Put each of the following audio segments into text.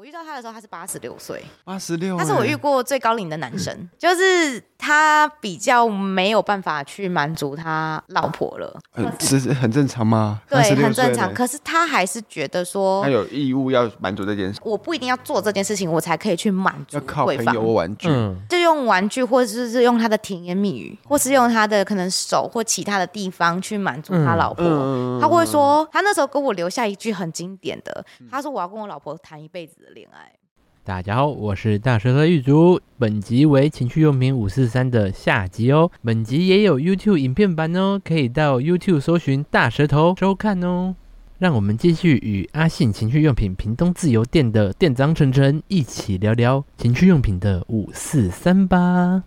遇到他的时候他是86岁 ，86， 他是我遇过最高龄的男生，就是他比较没有办法去满足他老婆了， 很正常吗？ 对，很正常。可是他还是觉得说， 他有义务要满足这件事， 我不一定要做这件事情，我才可以去满足对方。 要靠朋友或玩具， 就用玩具，或者是用他的甜言蜜语，或是用他的可能手或其他的地方去满足他老婆。他会说，他那时候跟我留下一句很经典的，他说我要跟我老婆谈一辈子的恋爱。 大家好，我是大舌头玉竹，本集为情趣用品543的下集哦。本集也有 YouTube 影片版哦，可以到 YouTube 搜寻大舌头收看哦。让我们继续与阿信情趣用品屏东自由店的店长晨晨一起聊聊情趣用品的543吧。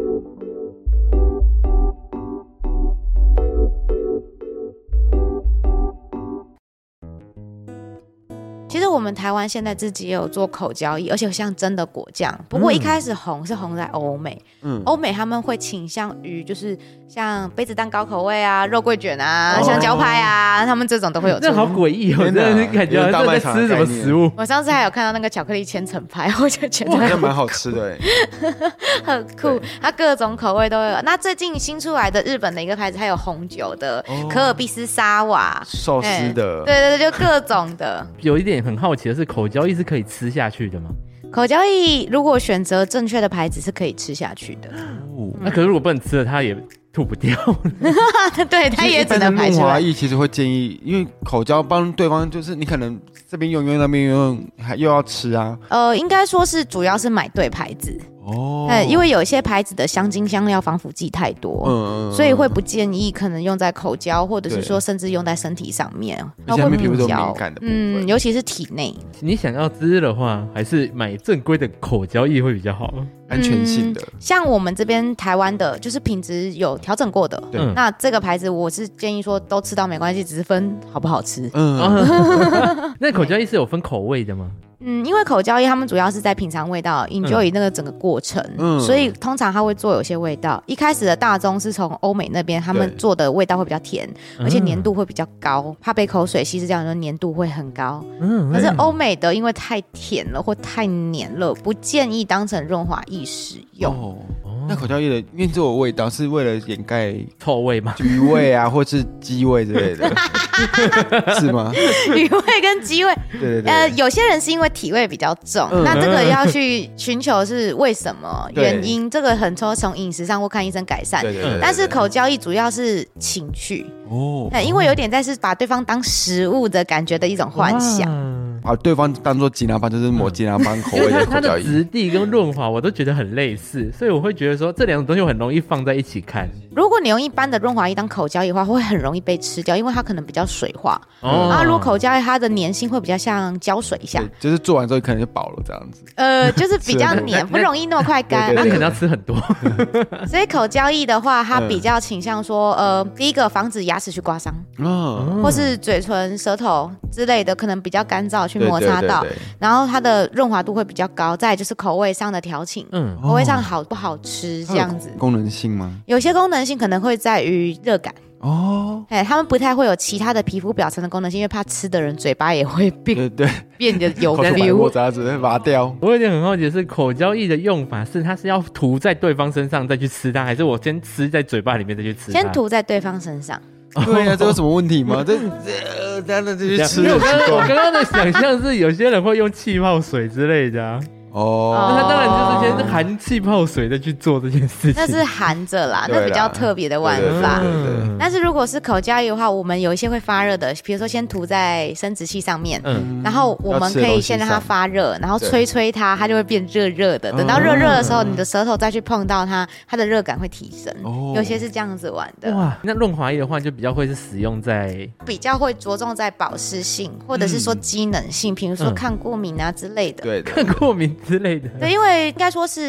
其实我们台湾现在自己也有做口交易，而且像真的果酱。不过一开始红是红在欧美，欧美他们会倾向于就是像杯子蛋糕口味啊、肉桂卷啊、香蕉派啊，他们这种都会有。 这好诡异哦，真的是感觉好像在吃什么食物。 我上次还有看到那个巧克力千层派，我就觉得好像蛮好吃的很酷。它各种口味都有。那最近新出来的日本的一个牌子，它有红酒的、可尔必斯沙瓦、 寿司的， 对，就各种的。 有一点很好奇的是，口交液是可以吃下去的吗？ 口交液如果选择正确的牌子是可以吃下去的。 那可是如果不能吃了，它也吐不掉。 对，它也只能排出来。 润滑液其实会建议，因为口交帮对方就是你可能这边用那边用，又要吃啊。 应该说是主要是买对牌子。因为有一些牌子的香精香料防腐剂太多，所以会不建议可能用在口交，或者是说甚至用在身体上面， 而且皮肤都敏感的部分， 尤其是体内。 你想要滋的话，还是买正规的口交液会比较好， 安全性的。 像我们这边台湾的，就是品质有调整过的，那这个牌子我是建议说都吃到没关系，只是分好不好吃。 那口交液是有分口味的吗？ 因为口交液他们主要是在品尝味道 ，enjoy 那个整个过程，所以通常他会做有些味道。一开始的大宗是从欧美那边，他们做的味道会比较甜，而且粘度会比较高，怕被口水稀释掉，粘度会很高。可是欧美的因为太甜了或太黏了，不建议当成润滑液使用。 那口交液的因为这种味道是为了掩盖臭味吗？ 鱼味啊，或是鸡味之类的，是吗？ 鱼味跟鸡味， 对， 有些人是因为体味比较重，那这个要去寻求是为什么原因，这个很多从饮食上或看医生改善。但是口交液主要是情趣因为有点在是把对方当食物的感觉的一种幻想。 把对方当作吉拿棒，就是抹吉拿棒口味的口交液。 它的质地跟润滑我都觉得很类似，所以我会觉得说这两种东西我很容易放在一起看。 如果你用一般的润滑液当口交液的话，会很容易被吃掉，因为它可能比较水化。如果口交液它的粘性会比较像胶水一下， 就是做完之后可能就饱了这样子。 就是比较黏，不容易那么快干。 那可能要吃很多。 所以口交液的话，它比较倾向说，第一个防止牙齿去刮伤，或是嘴唇、舌头之类的，可能比较干燥去摩擦到。然后它的润滑度会比较高，再来就是口味上的调情，口味上好不好吃这样子。 功能性吗？ 有些功能性可能会在于热感。他们不太会有其他的皮肤表层的功能性，因为怕吃的人嘴巴也会变得有 feel， 我只会拔掉。 我有点很好奇的是，口交液的用法是它是要涂在对方身上再去吃它，还是我先吃在嘴巴里面再去吃它？ 先涂在对方身上。 对啊，这有什么问题吗？这当然就去吃。 我刚刚的想象是有些人会用气泡水之类的啊。那他当然就是先含气泡水再去做这件事情， 那是含着啦，那比较特别的玩法。但是如果是口交液的话，我们有一些会发热的，比如说先涂在生殖器上面，然后我们可以先让它发热，然后吹它，它就会变热热的。等到热热的时候，你的舌头再去碰到它，它的热感会提升。有些是这样子玩的。 哇，那润滑液的话就比较会是使用在比较会着重在保湿性，或者是说机能性，比如说抗过敏啊之类的。 对， 抗过敏之类的。 对，因为应该说是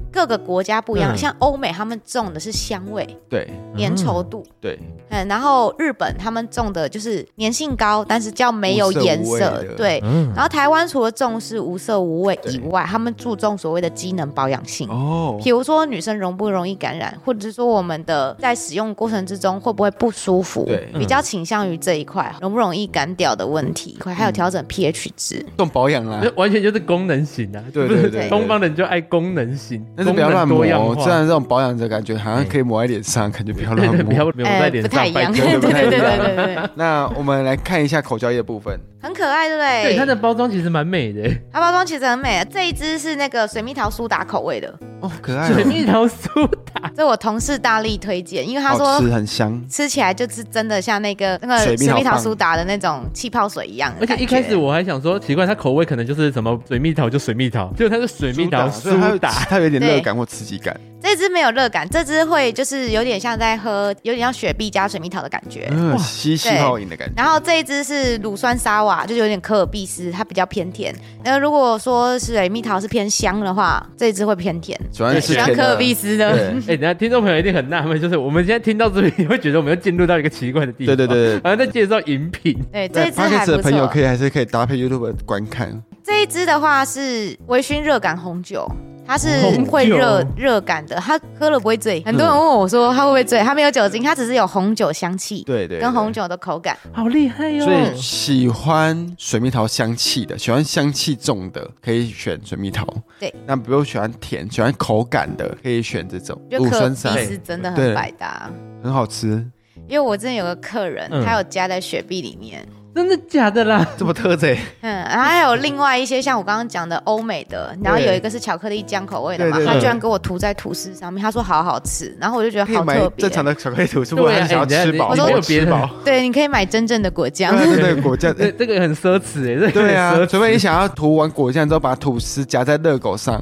各个国家不一样，像欧美他们重的是香味， 对， 粘稠度， 对， 然后日本他们重的就是粘性高，但是较没有颜色，对。然后台湾除了重视无色无味以外，他们注重所谓的机能保养性。比如说女生容不容易感染，或者是说我们的在使用过程之中会不会不舒服，比较倾向于这一块，容不容易干掉的问题，还有调整 pH 值， 动保养啦， 完全就是功能型啊。 对， 东方人就爱功能型， 但是不要乱抹。虽然这种保养的感觉好像可以抹在脸上，感觉不要乱抹， 不要抹在脸上， 不太一样。对。 那我们来看一下口交液的部分， 很可爱，对不对？ 对，它的包装其实蛮美的。 它包装其实很美，这一支是那个水蜜桃苏打口味的哦，可爱。 水蜜桃苏打， 这我同事大力推荐，因为他说好吃很香， 吃起来就是真的像那个水蜜桃苏打的那种气泡水一样的感觉。 而且一开始我还想说奇怪，它口味可能就是什么水蜜桃就水蜜桃，结果它是水蜜桃苏打， 它有点热感或刺激感。 这支没有热感，这支会就是有点像在喝，有点像雪碧加水蜜桃的感觉， 吸泡饮的感觉。 然后这一支是乳酸沙瓦，就是有点可尔必斯，它比较偏甜。如果说水蜜桃是偏香的话，这一支会偏甜， 喜欢可尔必斯的。 等下听众朋友一定很纳闷，就是我们现在听到这里，会觉得我们又进入到一个奇怪的地方。 对， 好像在介绍饮品。 对，这一支还不错。 的朋友还是可以搭配 YouTube 观看。 这一支的话是微醺热感红酒。它是会热感的，它喝了不会醉。很多人问我说它会不会醉，它没有酒精，它只是有红酒香气， 对， 跟红酒的口感， 好厉害哟。 所以喜欢水蜜桃香气的，喜欢香气重的，可以选水蜜桃。 对， 那比如喜欢甜、喜欢口感的，可以选这种乳酸沙。 是真的很百搭， 很好吃。 因为我之前有个客人，他有加在雪碧里面。 真的假的啦？ 这么特贼？ 然后还有另外一些像我刚刚讲的欧美的，然后有一个是巧克力酱口味的嘛，他居然给我涂在吐司上面，他说好好吃，然后我就觉得好特别。 正常的巧克力吐司，我还想要吃饱， 没有吃饱。对， 你可以买真正的果酱。 对，果酱， 这个很奢侈哎。 对啊，除非你想要涂完果酱之后把吐司夹在热狗上。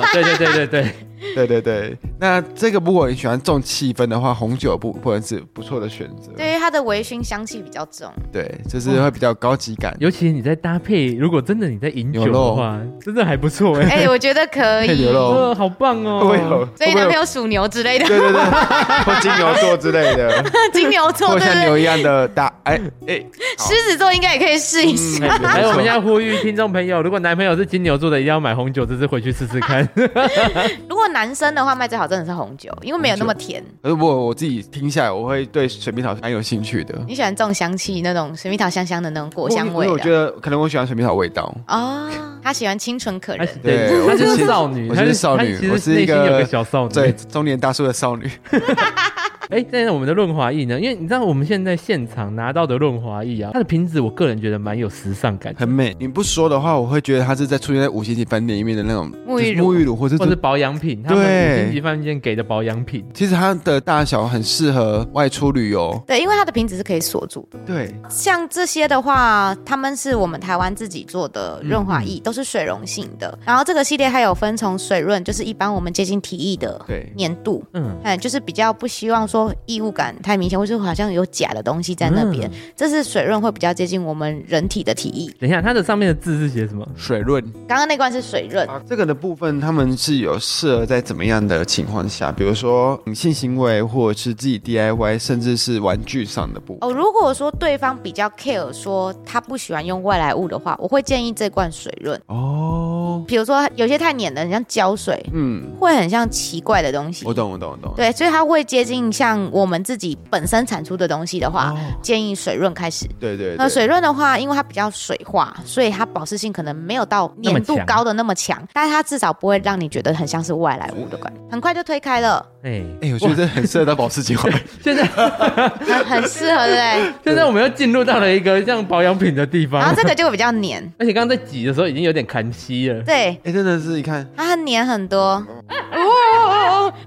对，那这个如果你喜欢重气氛的话，红酒部分是不错的选择。 对，它的微醺香气比较重。 对，就是会比较高级感。 尤其你在搭配，如果真的你在饮酒的话，真的还不错哎。 我觉得可以。 牛肉， 好棒哦。 会有， 所以男朋友属牛之类的。 对，或金牛座之类的。 金牛座， 或像牛一样的狮子座应该也可以试一下。 我们现在呼吁听众朋友，如果男朋友是金牛座的，一定要买红酒，这次回去试试看。 如果男生的话，卖最好真的是红酒，因为没有那么甜。 如果我自己听下来，我会对水蜜桃蛮有兴趣的。 你喜欢重香气那种水蜜桃香香的那种果香味的？ 我觉得可能我喜欢水蜜桃味道。 他喜欢清纯可人。 对，她就是少女， 我是少女，我是一个有个小少女， 对，中年大叔的少女。 但是我们的润滑液呢？因为你知道我们现在现场拿到的润滑液啊，它的瓶子我个人觉得蛮有时尚感， 很美。你不说的话，我会觉得它是在出现在五星级饭店里面的那种沐浴乳或是保养品，他们五星级饭店给的保养品。 其实它的大小很适合外出旅游。 对，因为它的瓶子是可以锁住的。 对， 像这些的话，他们是我们台湾自己做的润滑液，都是水溶性的。然后这个系列还有分从水润，就是一般我们接近体液的粘度，就是比较不希望说异物感太明显，或是好像有假的东西在那边。这是水润，会比较接近我们人体的体液。 等一下，它的上面的字是写什么？ 水润。 刚刚那罐是水润。 这个的部分，他们是有适合在怎么样的情况下，比如说性行为，或者是自己 DIY， 甚至是玩具上的部分。 如果说对方比较 care 说他不喜欢用外来物的话，我会建议这罐水润。比如说有些太黏的，很像胶水，会很像奇怪的东西。 我懂。 对，所以它会接近像我们自己本身产出的东西的话，建议水润开始。对。那水润的话，因为它比较水化，所以它保湿性可能没有到粘度高的那么强，但是它至少不会让你觉得很像是外来物的感觉。很快就推开了。 我觉得这很适合当保湿精华。 现在很适合，对不对？ 现在我们又进入到了一个像保养品的地方， 然后这个就会比较黏， 而且刚刚在挤的时候已经有点看稀了。 对， 真的是你看， 它很黏很多。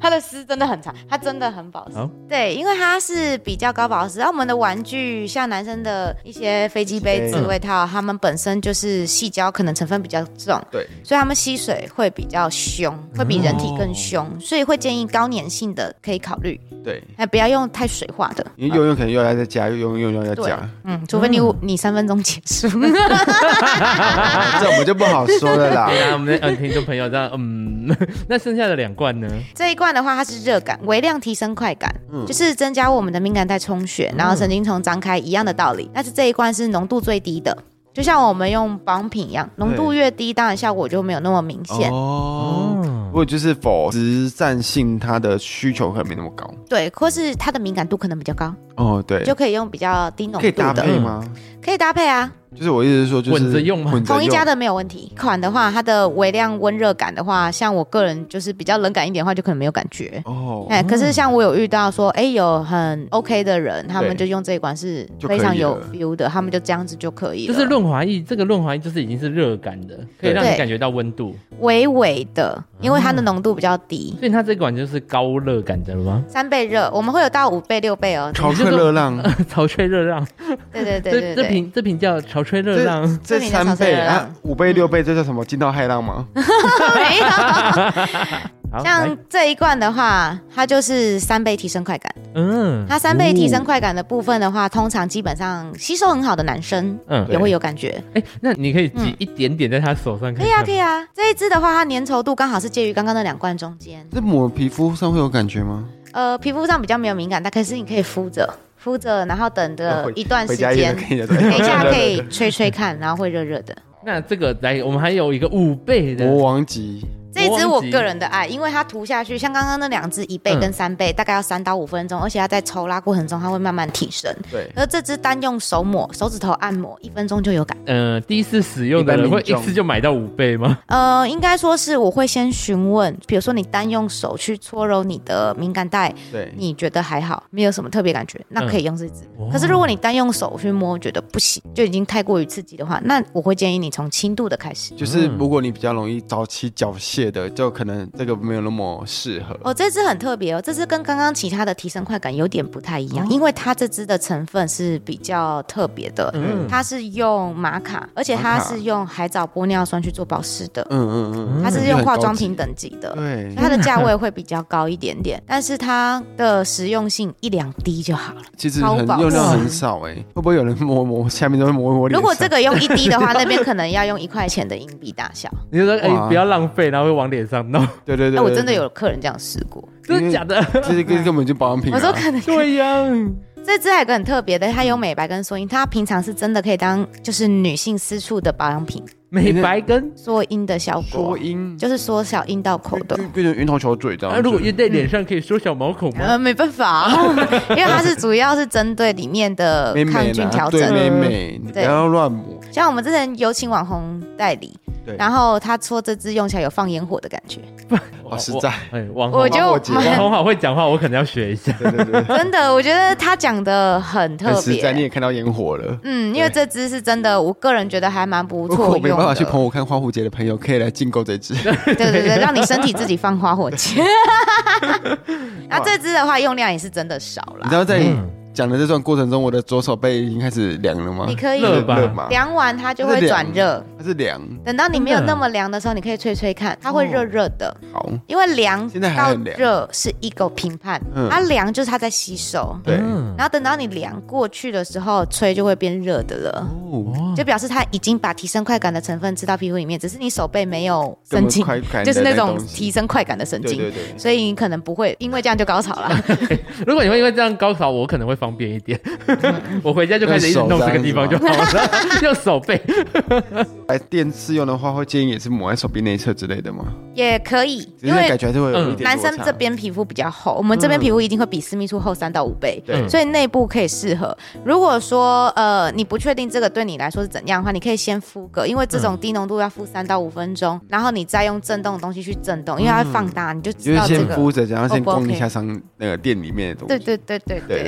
它的丝真的很长，它真的很保湿。对，因为它是比较高保湿。然后我们的玩具，像男生的一些飞机杯、自慰套，他们本身就是矽胶，可能成分比较重， 对， 所以他们吸水会比较凶，会比人体更凶，所以会建议高粘性的可以考虑。 对， 不要用太水化的， 因为用可能又要再加，用要再加。 除非你3分钟结束。这我们就不好说了啦。 对啊，我们的听众朋友这样，那剩下的2罐呢？ 这一罐的话，它是热感，微量提升快感，就是增加我们的敏感带充血，然后神经丛张开一样的道理。但是这一罐是浓度最低的。就像我们用保养品一样，浓度越低，当然效果就没有那么明显。 不过就是否实战性，它的需求可能没那么高。 对，或是它的敏感度可能比较高。 对， 就可以用比较低浓度的。 可以搭配吗？ 可以搭配啊。 就是我意思是说，就是混着用吗？ 同一家的没有问题。款的话，它的微量温热感的话，像我个人就是比较冷感一点的话，就可能没有感觉。可是像我有遇到说，有很 OK 的人，他们就用这一款是非常有 feel 的，他们就这样子就可以了。 就是润滑液，这个润滑液就是已经是热感的，可以让你感觉到温度， 微微的，因为它的浓度比较低， 所以它这款就是高热感的了吗 ？3倍热，我们会有到5倍、6倍哦。 潮吹热浪， 潮吹热浪， 对。 这瓶叫潮吹热浪， 这3倍啊，5倍、6倍，这叫什么？惊涛骇浪吗？ 没有。像这一罐的话，它就是3倍提升快感。它3倍提升快感的部分的话，通常基本上吸收很好的男生，也会有感觉。 那你可以挤一点点在他手上看看。 可以啊。这一支的话，它粘稠度刚好是介于刚刚那2罐中间。 这抹皮肤上会有感觉吗？ 皮肤上比较没有敏感，但可是你可以敷着，然后等着一段时间， 等一下可以吹看，然后会热热的。 那这个来，我们还有一个5倍的魔王级。 这一支我个人的爱，因为它涂下去，像刚刚那2支1倍跟3倍，大概要3到5分钟，而且它在抽拉过程中，它会慢慢提升。 对， 而这支单用手抹，手指头按摩1分钟就有感。 第一次使用的人会一次就买到5倍吗？ 应该说是我会先询问，比如说你单用手去搓揉你的敏感带， 对， 你觉得还好，没有什么特别感觉，那可以用这支。可是如果你单用手去摸，觉得不行，就已经太过于刺激的话，那我会建议你从轻度的开始。 就是如果你比较容易早期缴械的，就可能这个没有那么适合。 这支很特别这支跟刚刚其他的提升快感有点不太一样，因为它这支的成分是比较特别的，它是用玛卡，而且它是用海藻玻尿酸去做保湿的，它是用化妆品等级的， 对， 它的价位会比较高一点点，但是它的实用性1-2滴就好了， 其实用量很少会不会有人摸下面都会摸脸上？ 如果这个用1滴的话，那边可能要用1块钱的硬币大小。 你就说不要浪费，然后会往脸上弄。 对， 我真的有客人这样试过。 真的假的？ 这根本就保养品。 我说可能对呀。 这支还有个很特别的，它有美白跟缩阴，它平常是真的可以当就是女性私处的保养品。 美白跟缩阴的效果， 缩阴就是缩小阴道口的， 变成樱桃小嘴这样。 如果用在脸上可以缩小毛孔吗？ 没办法，因为它是主要是针对里面的抗菌调整。 对，你不要乱抹。 像我们之前有请网红代理，然后他说这支用起来有放烟火的感觉。 好实在， 我觉得网红好会讲话，我可能要学一下。 对， 真的，我觉得他讲的很特别， 很实在，你也看到烟火了。 因为这支是真的，我个人觉得还蛮不错用的。 我没办法去澎湖看花火节的朋友，可以来进购这支。 对，让你身体自己放花火节。那这支的话，用量也是真的少了。 你知道在讲的这段过程中，我的左手背已经开始凉了吗？ 你可以凉完它就会转热， 它是凉。 等到你没有那么凉的时候，你可以吹吹看，它会热热的。 好， 因为凉现在还很凉， 热是一个评判，它凉就是它在吸收。 对， 然后等到你凉过去的时候，吹就会变热的了。就表示它已经把提升快感的成分吃到皮肤里面，只是你手背没有神经，就是那种提升快感的神经。对，所以你可能不会因为这样就高潮了。 如果你会因为这样高潮，我可能会方便一点。我回家就开始一直弄这个地方就好了，用手背。 来电试用的话，会建议也是抹在手臂内侧之类的吗？ 也可以， 因为感觉还是会有一点男生这边皮肤比较厚，我们这边皮肤一定会比私密处厚3到5倍，所以内部可以适合。如果说你不确定这个对你来说是怎样的话，你可以先敷个，因为这种低浓度要敷3到5分钟，然后你再用震动的东西去震动，因为它会放大，你就知道这个。 先敷着，然后先逛一下那个店里面的东西。 对，可以跟我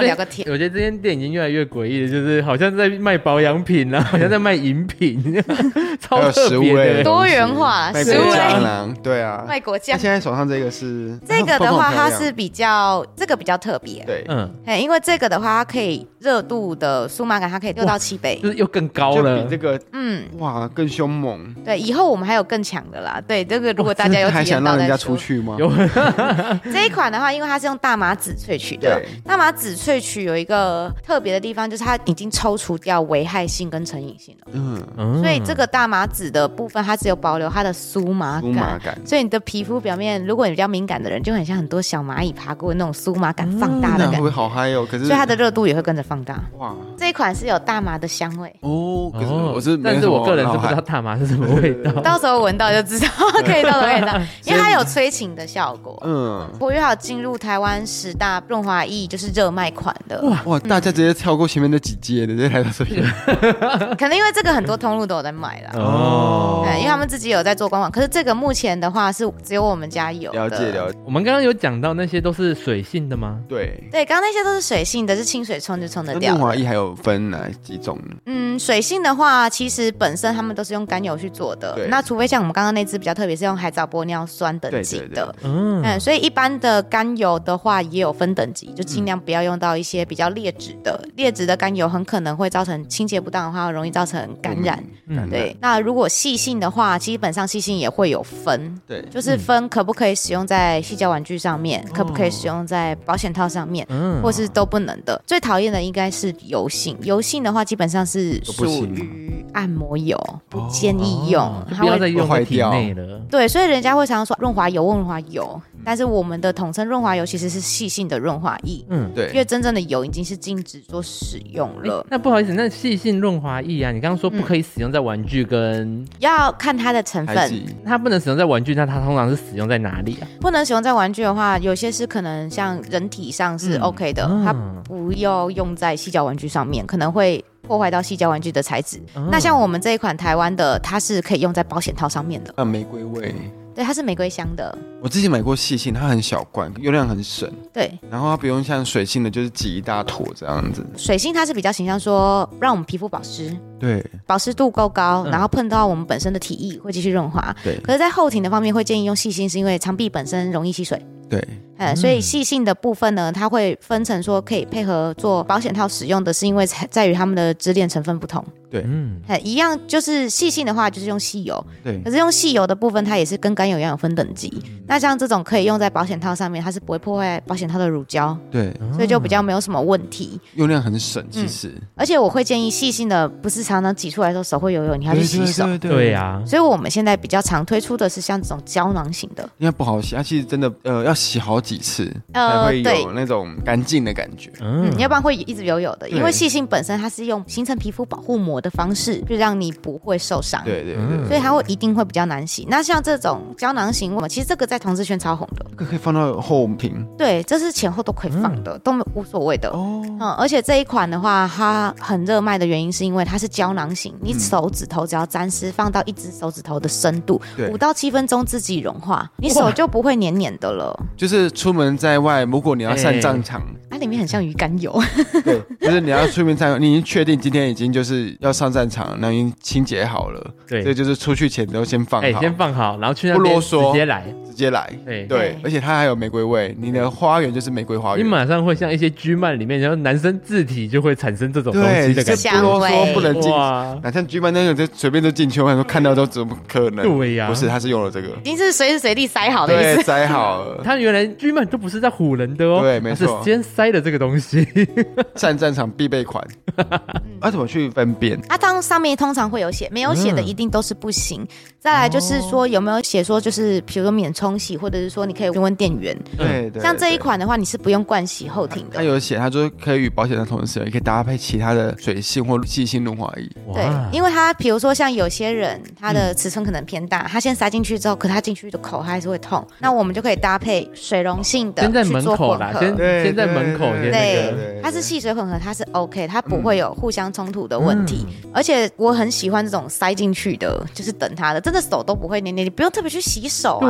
聊个天。 我觉得这间店已经越来越诡异了，就是好像在卖保养品啦，好像在卖饮品，超特别的， 多元化， 卖果酱，对啊， 卖果酱。 现在手上这个是这个的话，它是比较特别， 对， 因为这个的话，它可以热度的酥麻感，它可以6到7倍， 就是又更高了， 就比这个哇更凶猛。 对，以后我们还有更强的啦。对，这个如果大家有体验到， 还想让人家出去吗？ 有这一款的话，因为它是用大麻籽萃取的，大麻籽萃取有一个特别的地方，就是它已经抽除掉危害性跟成瘾性了。所以这个大麻籽的部分，它只有保留它的酥麻感。所以你的皮肤表面，如果你比较敏感的人，就很像很多小蚂蚁爬过那种酥麻感放大的感觉， 会不会好嗨哦？可是所以它的热度也会跟着放大。 哇， 这一款是有大麻的香味哦。 但是我个人是不知道大麻是什么味道， 到时候闻到就知道，可以到时候可以到，因为它有催情的效果。活跃好进入台湾10大润滑液，就是热卖款的。 哇，大家直接跳过前面的几阶的，直接来到这边。 可能因为这个很多通路都有在卖啦。因为他们自己有在做官网，可是这个目前的话是只有我们家有的。 了解。 我们刚刚有讲到那些都是水性的吗？ 对， 刚刚那些都是水性的，是清水冲就冲得掉。 润滑液还有分哪几种呢？ 水性的话，其实本身他们都是用甘油去做的。那除非像我们刚刚那支比较特别，是用海藻玻尿酸等级的。所以一般的甘油的话也有分等级，就尽量不要用到一些比较劣质的。劣质的甘油很可能会造成清洁不当的话，容易造成感染。对。那如果细性的话，基本上细性也会有分。对，就是分可不可以使用在矽胶玩具上面，可不可以使用在保险套上面，或是都不能的。最讨厌的应该是油性，油性的话基本上是属于按摩油，不建议用， 不要再用在体内了。 对，所以人家会常常说润滑油，但是我们的统称润滑油其实是细性的润滑液。对，因为真正的油已经是禁止做使用了。 那不好意思，那细性润滑液啊，你刚刚说不可以使用在玩具跟要看它的成分， 它不能使用在玩具，那它通常是使用在哪里啊？ 不能使用在玩具的话，有些是可能像人体上是 OK 的，它不要用在矽胶玩具上面，可能会破坏到矽胶玩具的材质。那像我们这一款台湾的，它是可以用在保险套上面的。 玫瑰味。 对，它是玫瑰香的。 我之前买过细性，它很小罐，用量很省。 对， 然后它不用像水性的，就是挤一大坨这样子。 水性它是比较倾向说让我们皮肤保湿， 对， 保湿度够高，然后碰到我们本身的体液会继续润滑。对，可是，在后庭的方面会建议用细性，是因为长臂本身容易吸水。对。所以细性的部分呢，它会分成说可以配合做保险套使用的，是因为在于它们的支链成分不同。对，一样就是细性的话就是用细油，对，可是用细油的部分它也是跟甘油一样有分等级。那像这种可以用在保险套上面，它是不会破坏保险套的乳胶，对，所以就比较没有什么问题， 用量很省其实。 而且我会建议细性的，不是常常挤出来的时候手会油，你还要去洗手。 对呀， 所以我们现在比较常推出的是像这种胶囊型的， 因为不好洗，它其实真的要洗好几次才会有那种干净的感觉。 要不然会一直油的，因为细性本身它是用形成皮肤保护膜的方式，就让你不会受伤。对，所以它一定会比较难洗。那像这种胶囊型，我们其实这个在同志圈超红的， 这个可以放到后庭。 对，这是前后都可以放的，都无所谓的。而且这一款的话，它很热卖的原因是因为它是胶囊型，你手指头只要沾湿，放到1只手指头的深度，5到7分钟自己融化，你手就不会黏黏的了。 就是出门在外，如果你要上战场， 它里面很像鱼肝油。 对，就是你要出门在外，你已经确定今天已经就是要上战场，那已经清洁好了。对，所以就是出去前都先放好， 先放好，然后去那边直接来。 对，而且它还有玫瑰味，你的花园就是玫瑰花园， 你马上会像一些居漫里面，然后男生自体就会产生这种东西的感觉， 不啰嗦，不能进。哪像居漫那个就随便就进去，我说看到都怎么可能？ 对呀， 不是，他是用了这个， 已经是随时随地塞好的意思。 对，塞好了。 他原来居漫都不是在唬人的哦， 对，没错， 是先塞的这个东西， 上战场必备款。怎么去分辨？ 它上面通常会有写，没有写的一定都是不行。再来就是说有没有写说就是比如说免冲洗，或者是说你可以问店员。对，像这一款的话，你是不用盥洗后庭的。 它有写，它说可以与保险套同时使用，也可以搭配其他的水性或细性润滑液。 对，因为它比如说像有些人他的尺寸可能偏大，他先塞进去之后，可他进去的口他还是会痛，那我们就可以搭配水溶性的去做混合。 先在门口先对，它是细水混合，它是 OK， 它不会有互相冲突的问题。而且我很喜欢这种塞进去的，就是等它的，真的手都不会黏黏，你不用特别去洗手啊，洗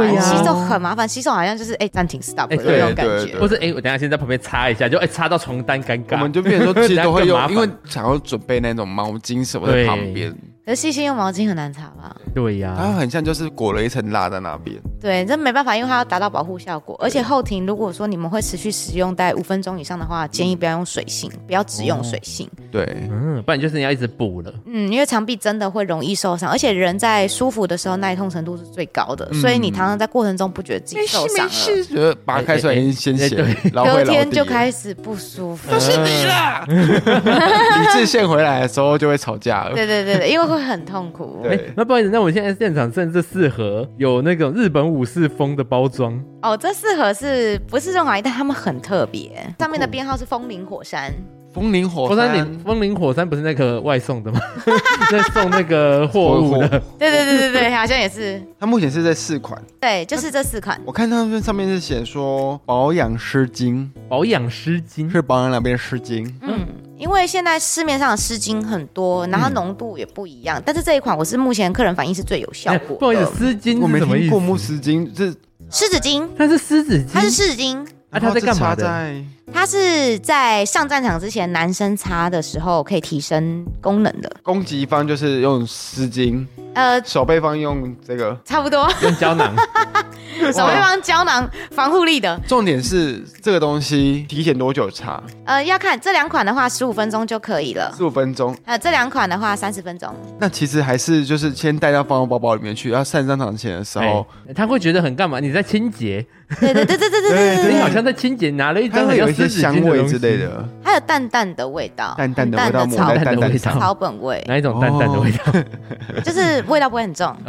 种很麻烦，洗手好像就是暂停 stop 的那种感觉， 或是我等一下先在旁边擦一下，就擦到床单尴尬， 我们就变成说其实都会用，因为想要准备那种毛巾什么在旁边。 可是细心用毛巾很难擦吧？ 对呀， 它很像就是裹了一层蜡在那边。 对，这没办法，因为它要达到保护效果。而且后庭如果说你们会持续使用大概5分钟以上的话，建议不要用水性，不要只用水性。 对， 不然就是你要一直补了。 因为长臂真的会容易受伤，而且人在舒服的时候耐痛程度是最高的，所以你常常在过程中不觉得自己受伤了， 觉得拔开出来已经先血， 隔天就开始不舒服。 都是你啦！理智线回来的时候就会吵架了。 对，因为会很痛苦。 那不好意思，那我现在现场剩这4盒有那种日本武士风的包装。 这4盒是不是润滑液？但它们很特别，上面的编号是风林火山。 风林火山不是那个外送的吗？在送那个货物的。 对，好像也是。 它目前是在4款。 对，就是这4款。 我看他们上面是写说保养湿巾，是保养哪边湿巾？ 因为现在市面上的湿巾很多，然后浓度也不一样，但是这一款我是目前客人反映是最有效果的。 不好意思，湿巾我没听过木湿巾，是湿纸巾， 它是湿纸巾， 它是湿纸巾。 它在干嘛的？ 它是在上战场之前，男生擦的时候可以提升功能的。 攻击方就是用湿巾，守备方用这个， 差不多用胶囊。 守备方胶囊防护力的。 重点是这个东西提前多久擦？ 要看这2款的话，15分钟就可以了。 15分钟。 这2款的话，30分钟。 那其实还是就是先带到放到包包里面去，要上战场前的时候， 他会觉得很干嘛？你在清洁。 对， 你好像在清洁，拿了一张它会有一些香味之类的， 还有淡淡的味道， 淡淡的味道， 草本味。 哪一种淡淡的味道？ 就是味道不会很重。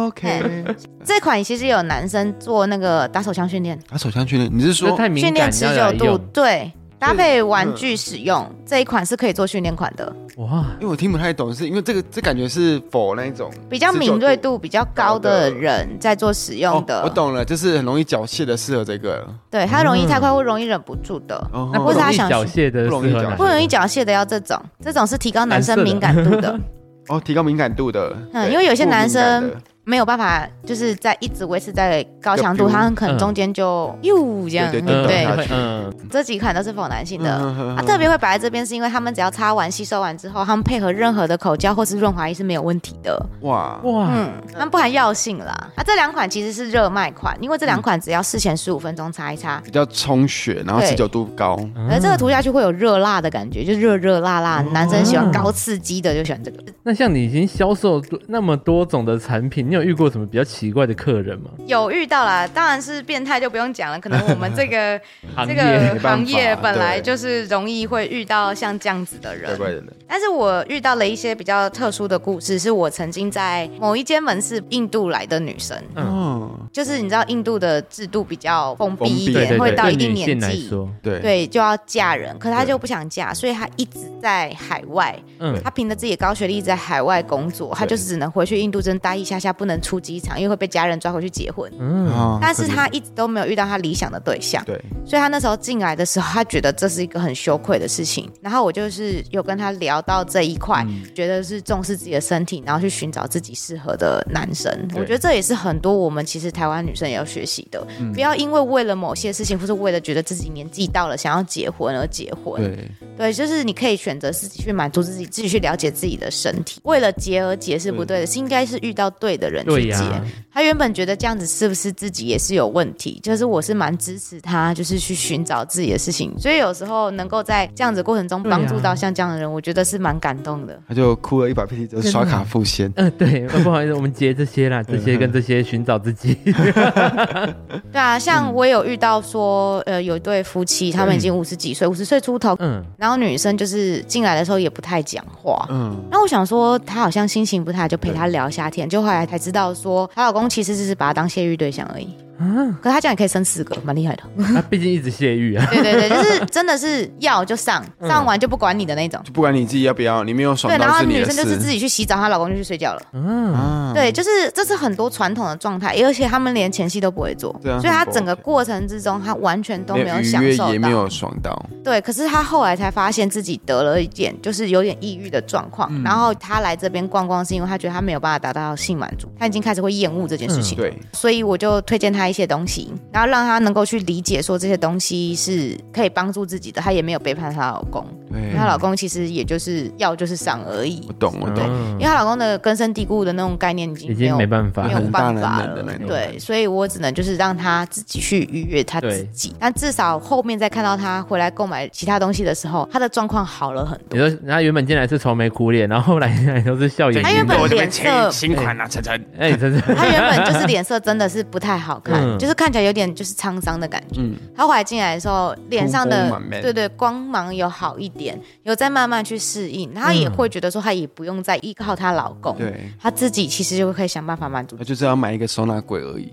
OK， 这款其实有男生做那个打手枪训练。 打手枪训练，你是说训练持久度？对。搭配玩具使用，这一款是可以做训练款的。 哇， 因为我听不太懂，是因为这感觉是否那一种比较敏锐度比较高的人在做使用的。 我懂了，就是很容易缴械的适合这个。 对，它容易太快或容易忍不住的。 那不容易缴械的， 不容易缴械的要这种是提高男生敏感度的。 提高敏感度的。 因为有些男生没有办法，就是在一直维持在高强度，他可能中间就这样。对，这几款都是否男性的。特别会摆在这边，是因为他们只要擦完、吸收完之后，他们配合任何的口胶或是润滑液是没有问题的。 哇， 他们不含药性啦。这2款其实是热卖款，因为这2款只要事前15分钟擦一擦， 比较充血，然后持久度高。 这个涂下去会有热辣的感觉，就热辣。男生喜欢高刺激的，就喜欢这个。 那像你已经销售那么多种的产品，你有遇过什么比较奇怪的客人吗？ 有遇到啦，当然是变态就不用讲了。可能我们这个行业本来就是容易会遇到像这样子的人。但是我遇到了一些比较特殊的故事，是我曾经在某一间门市，印度来的女生，就是你知道印度的制度比较封闭一点，会到一定年纪，对就要嫁人，可是她就不想嫁，所以她一直在海外。她凭着自己的高学历在海外工作，她就是只能回去印度待一下，不能出机场，因为会被家人抓回去结婚。但是她一直都没有遇到她理想的对象，所以她那时候进来的时候，她觉得这是一个很羞愧的事情。然后我就是有跟她聊到这一块，觉得是重视自己的身体，然后去寻找自己适合的男生。我觉得这也是很多我们其实台湾女生也要学习的，不要因为了某些事情，或是为了觉得自己年纪到了想要结婚而结婚。对，就是你可以选择自己去满足自己去了解自己的身体。为了结而结是不对的，是应该是遇到对的人去结。他原本觉得这样子是不是自己也是有问题，就是我是蛮支持他，就是去寻找自己的事情。所以有时候能够在这样子过程中帮助到像这样的人，我觉得是蛮感动的。 他就哭了100屁就刷卡付现。 对，不好意思，我们结这些啦，这些跟这些寻找自己。 对啊，像我有遇到说，有一对夫妻，他们已经50几岁，50岁出头，然后女生就是进来的时候也不太讲话，然后我想说她好像心情不太，就陪她聊一下天，就后来才知道说她老公其实只是把她当泄欲对象而已。可是他这样也可以生4个，蛮厉害的。 他毕竟一直泄欲啊。 对，就是真的是要就上完就不管你的那种， 就不管你自己要不要，你没有爽到是你的事。对，然后女生就是自己去洗澡，她老公就去睡觉了。对，就是这是很多传统的状态，而且他们连前戏都不会做，所以他整个过程之中，他完全都没有享受到， 也没有爽到。 对，可是他后来才发现自己得了一点，就是有点抑郁的状况。然后他来这边逛逛，是因为他觉得他没有办法达到性满足，他已经开始会厌恶这件事情。对，所以我就推荐他他一些东西，然后让他能够去理解说这些东西是可以帮助自己的，他也没有背叛她老公。对，她老公其实也就是要就是上而已。 我懂， 因为她老公的根深蒂固的那种概念已经没办法了。对，所以我只能就是让他自己去愉悦他自己。但至少后面再看到他回来购买其他东西的时候，他的状况好了很多。 你说他原本进来是愁眉苦脸，然后后来都是笑颜。 他原本脸色新款啊，晨， 他原本就是脸色真的是不太好看，就是看起来有点就是沧桑的感觉。他后来进来的时候，脸上的对光芒有好一点，有在慢慢去适应，他也会觉得说他也不用再依靠她老公，对，他自己其实就可以想办法满足。 他就是要买一个收纳柜而已。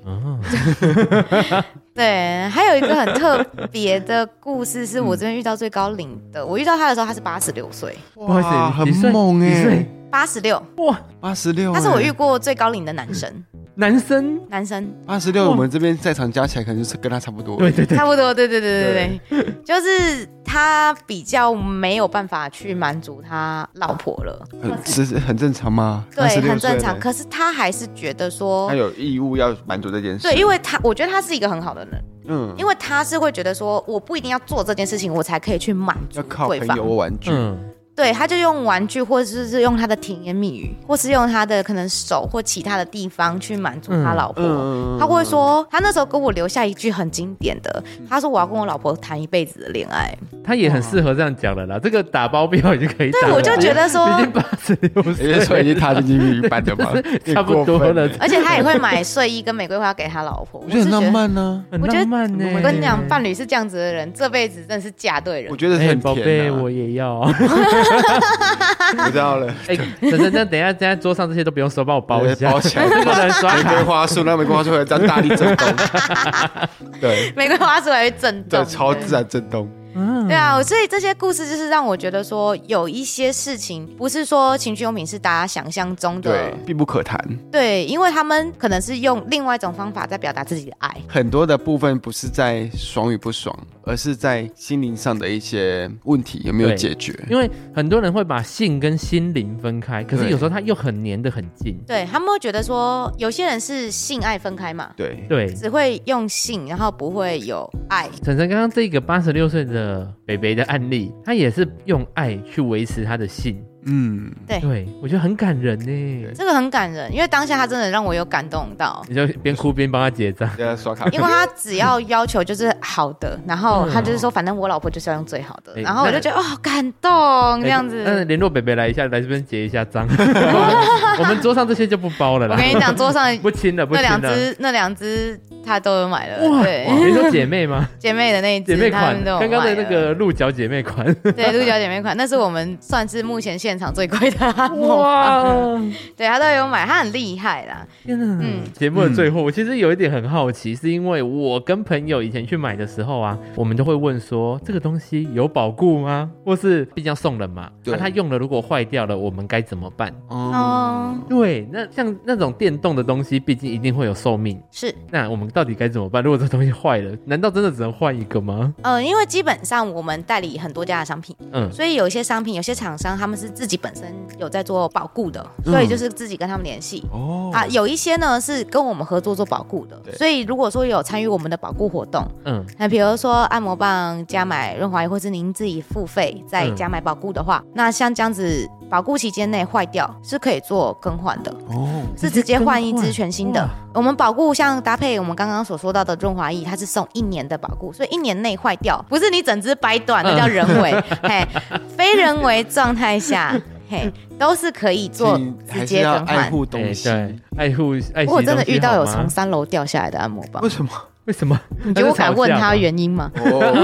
对，还有一个很特别的故事是我这边遇到最高龄的，我遇到他的时候他是86岁， 哇， 很猛哎 ，86， 哇，86， 他是我遇过最高龄的男生。 男生 86，我们这边在场加起来可能就是跟他差不多。 对， 差不多，对，就是他比较没有办法去满足他老婆了， 很正常吗？ 对，很正常。可是他还是觉得说他有义务要满足这件事。 对，因为我觉得他是一个很好的人。因为他是会觉得说我不一定要做这件事情，我才可以去满足对方。 要靠朋友玩具。 对，他就用玩具，或者是用他的甜言蜜语，或是用他的可能手或其他的地方去满足他老婆。他会说，他那时候跟我留下一句很经典的，他说我要跟我老婆谈一辈子的恋爱。 他也很适合这样讲了啦，这个打包票已经可以打了。 对，我就觉得说， 已经86岁， 所以已经踏进去一半的嘛， 差不多了。 而且他也会买睡衣跟玫瑰花给他老婆。 我觉得很浪漫呢， 很浪漫呢。 我跟你讲，伴侣是这样子的人，这辈子真的是嫁对人。 我觉得很甜。 宝贝，我也要。 我知道了。 等一下，现在桌上这些都不用收，帮我包一下。 包起来。玫瑰花束，那玫瑰花束会这样大力震动。对， 玫瑰花束还会震动， 对，超自然震动。 对啊，所以这些故事就是让我觉得说，有一些事情不是说情趣用品是大家想象中的， 对，并不可谈。 对，因为他们可能是用另外一种方法在表达自己的爱。 很多的部分不是在爽与不爽，而是在心灵上的一些问题有没有解决。 因为很多人会把性跟心灵分开，可是有时候他又很黏得很近。 对，他们会觉得说，有些人是性爱分开嘛， 对， 只会用性，然后不会有爱。 晨晨刚刚这个86岁的北北的案例，他也是用爱去维持他的性。对，我觉得很感人呢。 这个很感人，因为当下他真的让我有感动到。 你就边哭边帮他结账， 刷卡。 因为他只要求就是好的，然后他就是说，反正我老婆就是要用最好的，然后我就觉得感动这样子。 那联络北北来一下，来这边结一下账。我们桌上这些就不包了啦。 我跟你讲，桌上不亲了， 那两只他都有买了。对， 你说姐妹吗？ 姐妹的那一只， 姐妹款，刚刚的那个鹿角姐妹款。 对，鹿角姐妹款，那是我们算是目前现场最贵的按摩棒。对，他都有买，他很厉害啦。 天哪！节目的最后，我其实有一点很好奇，是因为我跟朋友以前去买的时候啊，我们都会问说，这个东西有保固吗？或是毕竟要送人嘛，那他用了如果坏掉了，我们该怎么办？对，那像那种电动的东西，毕竟一定会有寿命。 是， 那我们到底该怎么办？如果这东西坏了，难道真的只能换一个吗？ 因为基本上我们代理很多家的商品，所以有些商品，有些厂商他们是自己本身有在做保固的，所以就是自己跟他们联系。有一些呢是跟我们合作做保固的，所以如果说有参与我们的保固活动，那比如说按摩棒加买润滑液，或是您自己付费再加买保固的话，那像这样子保固期间内坏掉是可以做更换的，是直接换一支全新的。我们保固像搭配我们刚刚所说到的润滑液，它是送1年的保固，所以1年内坏掉，不是你整只掰断，那叫人为。非人为状态下，都是可以做直接更换。 爱护东西， 爱惜东西。 我真的遇到有从3楼掉下来的按摩棒， 为什么？ 为什么？ 你觉得我敢问他原因吗？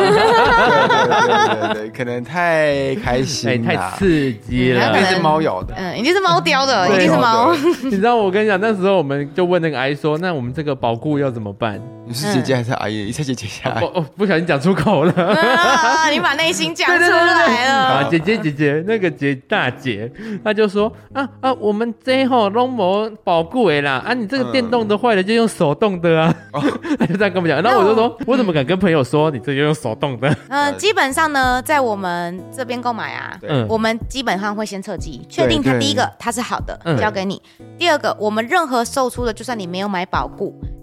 对，可能太开心了， 太刺激了， 一定是猫咬的， 一定是猫叼的，一定是猫。 你知道我跟你讲，那时候我们就问那个阿姨说，那我们这个保固要怎么办？ 你是姐姐还是阿姨？一下姐姐下来， 不小心讲出口了。 你把内心讲出来了。 姐姐，那个大姐，她就说我们这拢没保固的啦，你这个电动的坏了就用手动的啊。她就这样跟我们讲，然后我就说，我怎么敢跟朋友说你这就用手动的？ 基本上呢，在我们这边购买啊，我们基本上会先测机，确定它第一个它是好的，交给你。第二个，我们任何售出的，就算你没有买保固，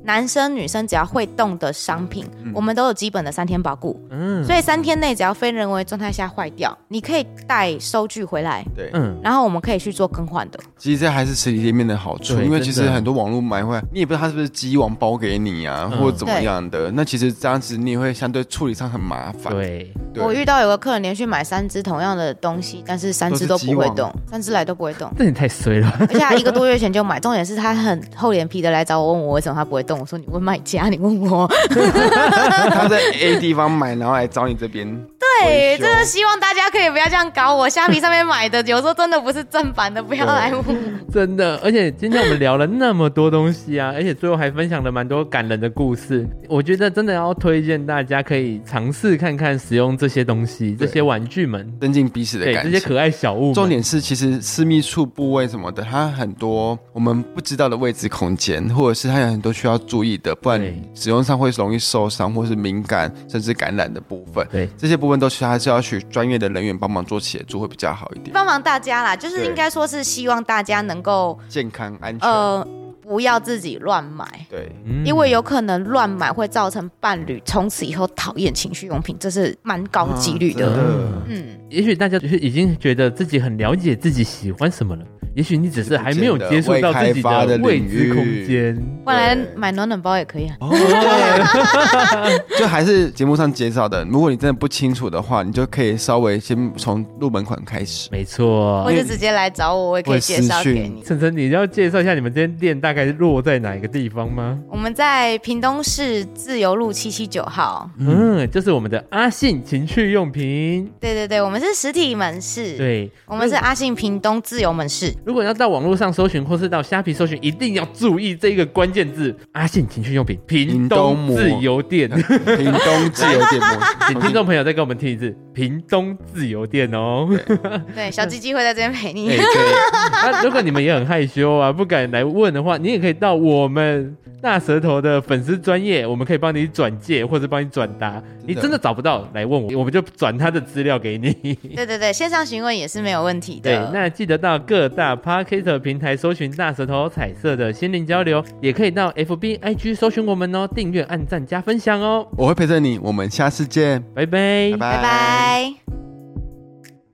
男生女生只要会动的商品，我们都有基本的3天保固。所以3天内只要非人为状态下坏掉，你可以带收据回来，对，然后我们可以去做更换的。 其实这还是实体店面的好处，因为其实很多网络买回来，你也不知道他是不是机网包给你啊，或者怎么样的。那其实这样子你也会相对处理上很麻烦。 对， 我遇到有个客人连续买3只同样的东西，但是3只都不会动，3只来都不会动。 这也太衰了。 而且他1个多月前就买，重点是他很厚脸皮的来找我，问我为什么他不会动。我说你问卖家，你问我。 他在 A 地方买，然后来找你这边。 对，真的希望大家可以不要这样搞我。虾皮上面买的，有时候真的不是正版的，不要来问我。 真的，而且今天我们聊了那么多东西啊，而且最后还分享了蛮多感人的故事。我觉得真的要推荐大家可以尝试看看使用这些东西，这些玩具们， 增进彼此的感情。 这些可爱小物们。 重点是，其实私密处部位什么的，它很多我们不知道的位置空间，或者是它有很多需要注意的，不然使用上会容易受伤，或是敏感甚至感染的部分。对，这些部分都是还是要去专业的人员帮忙做协助会比较好一点。 帮忙大家啦，就是应该说是希望大家能够健康安全。 不要自己乱买， 对， 因为有可能乱买会造成伴侣从此以后讨厌情趣用品，这是蛮高几率的。 也许大家就是已经觉得自己很了解自己喜欢什么了，也许你只是还没有接触到自己的未知空间。 不然买暖暖包也可以啊。 就还是节目上介绍的，如果你真的不清楚的话，你就可以稍微先从入门款开始。 没错， 或者直接来找我，我也可以介绍给你。 晨晨，你要介绍一下你们这间店大概落在哪一个地方吗？ 我们在屏东市自由路779号。 就是我们的阿信情趣用品。 对对对，我们是实体门市。 对， 我们是阿信屏东自由门市。 如果要到网络上搜寻，或是到虾皮搜寻，一定要注意这个关键字：阿信情趣用品屏东自由店。 屏东自由店， 请听众朋友再跟我们听一次：屏东自由店哦。 对，小鸡鸡会在这边陪你。 对，那如果你们也很害羞啊，不敢来问的话，你也可以到我们大舌头的粉丝专页，我们可以帮你转介或者帮你转达。你真的找不到来问我，我们就转他的资料给你。 对对对，线上询问也是没有问题的。 对，那记得到各大 Podcast 平台搜寻大舌头彩色的心灵交流，也可以到 FB、IG 搜寻我们哦，订阅、按赞、加分享哦。 我会陪着你，我们下次见， 拜拜， 拜拜。